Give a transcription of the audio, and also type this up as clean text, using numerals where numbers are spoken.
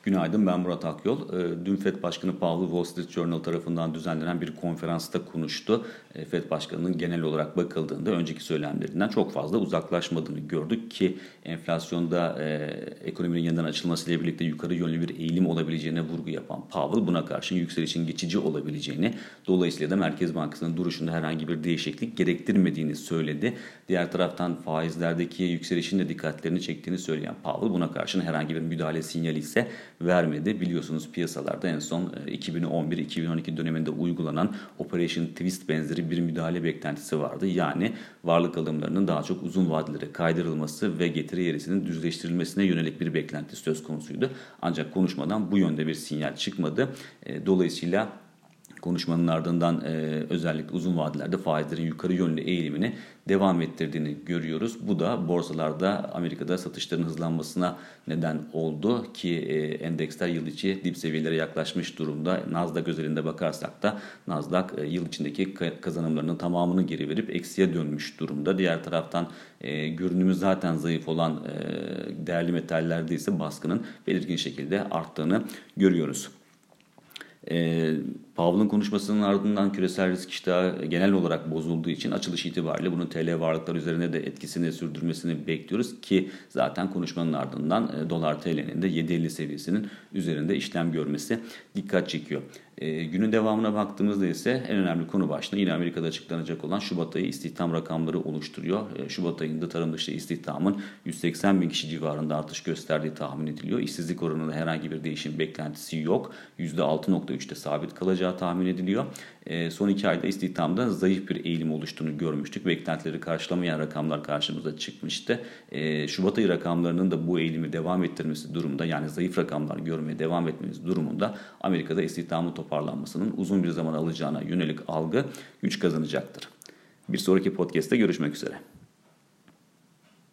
Günaydın, ben Murat Akyol. Dün FED Başkanı Powell Wall Street Journal tarafından düzenlenen bir konferansta konuştu. FED Başkanı'nın genel olarak bakıldığında önceki söylemlerinden çok fazla uzaklaşmadığını gördük ki enflasyonda ekonominin yeniden açılmasıyla birlikte yukarı yönlü bir eğilim olabileceğine vurgu yapan Powell buna karşın yükselişin geçici olabileceğini, dolayısıyla da Merkez Bankası'nın duruşunda herhangi bir değişiklik gerektirmediğini söyledi. Diğer taraftan faizlerdeki yükselişin de dikkatlerini çektiğini söyleyen Powell buna karşın herhangi bir müdahale sinyali ise vermedi. Biliyorsunuz piyasalarda en son 2011-2012 döneminde uygulanan Operation Twist benzeri bir müdahale beklentisi vardı. Yani varlık alımlarının daha çok uzun vadelere kaydırılması ve getiri eğrisinin düzleştirilmesine yönelik bir beklenti söz konusuydu. Ancak konuşmadan bu yönde bir sinyal çıkmadı. Dolayısıyla konuşmanın ardından özellikle uzun vadelerde faizlerin yukarı yönlü eğilimini devam ettirdiğini görüyoruz. Bu da borsalarda Amerika'da satışların hızlanmasına neden oldu ki endeksler yıl içi dip seviyelere yaklaşmış durumda. Nasdaq özelinde bakarsak da Nasdaq yıl içindeki kazanımlarının tamamını geri verip eksiye dönmüş durumda. Diğer taraftan görünümü zaten zayıf olan değerli metallerde ise baskının belirgin şekilde arttığını görüyoruz. Powell'ın konuşmasının ardından küresel risk iştahı genel olarak bozulduğu için açılış itibariyle bunun TL varlıklar üzerine de etkisini sürdürmesini bekliyoruz ki zaten konuşmanın ardından dolar TL'nin de 7.50 seviyesinin üzerinde işlem görmesi dikkat çekiyor. Günün devamına baktığımızda ise en önemli konu başlığı yine Amerika'da açıklanacak olan Şubat ayı istihdam rakamları oluşturuyor. Şubat ayında tarım dışı istihdamın 180 bin kişi civarında artış gösterdiği tahmin ediliyor. İşsizlik oranında herhangi bir değişim beklentisi yok. %6.3'te sabit kalacağı tahmin ediliyor. Son 2 ayda istihdamda zayıf bir eğilim oluştuğunu görmüştük. Beklentileri karşılamayan rakamlar karşımıza çıkmıştı. Şubat ayı rakamlarının da bu eğilimi devam ettirmesi durumunda, yani zayıf rakamlar görmeye devam etmemiz durumunda Amerika'da istihdamın toparlanmasının uzun bir zaman alacağına yönelik algı güç kazanacaktır. Bir sonraki podcast'te görüşmek üzere.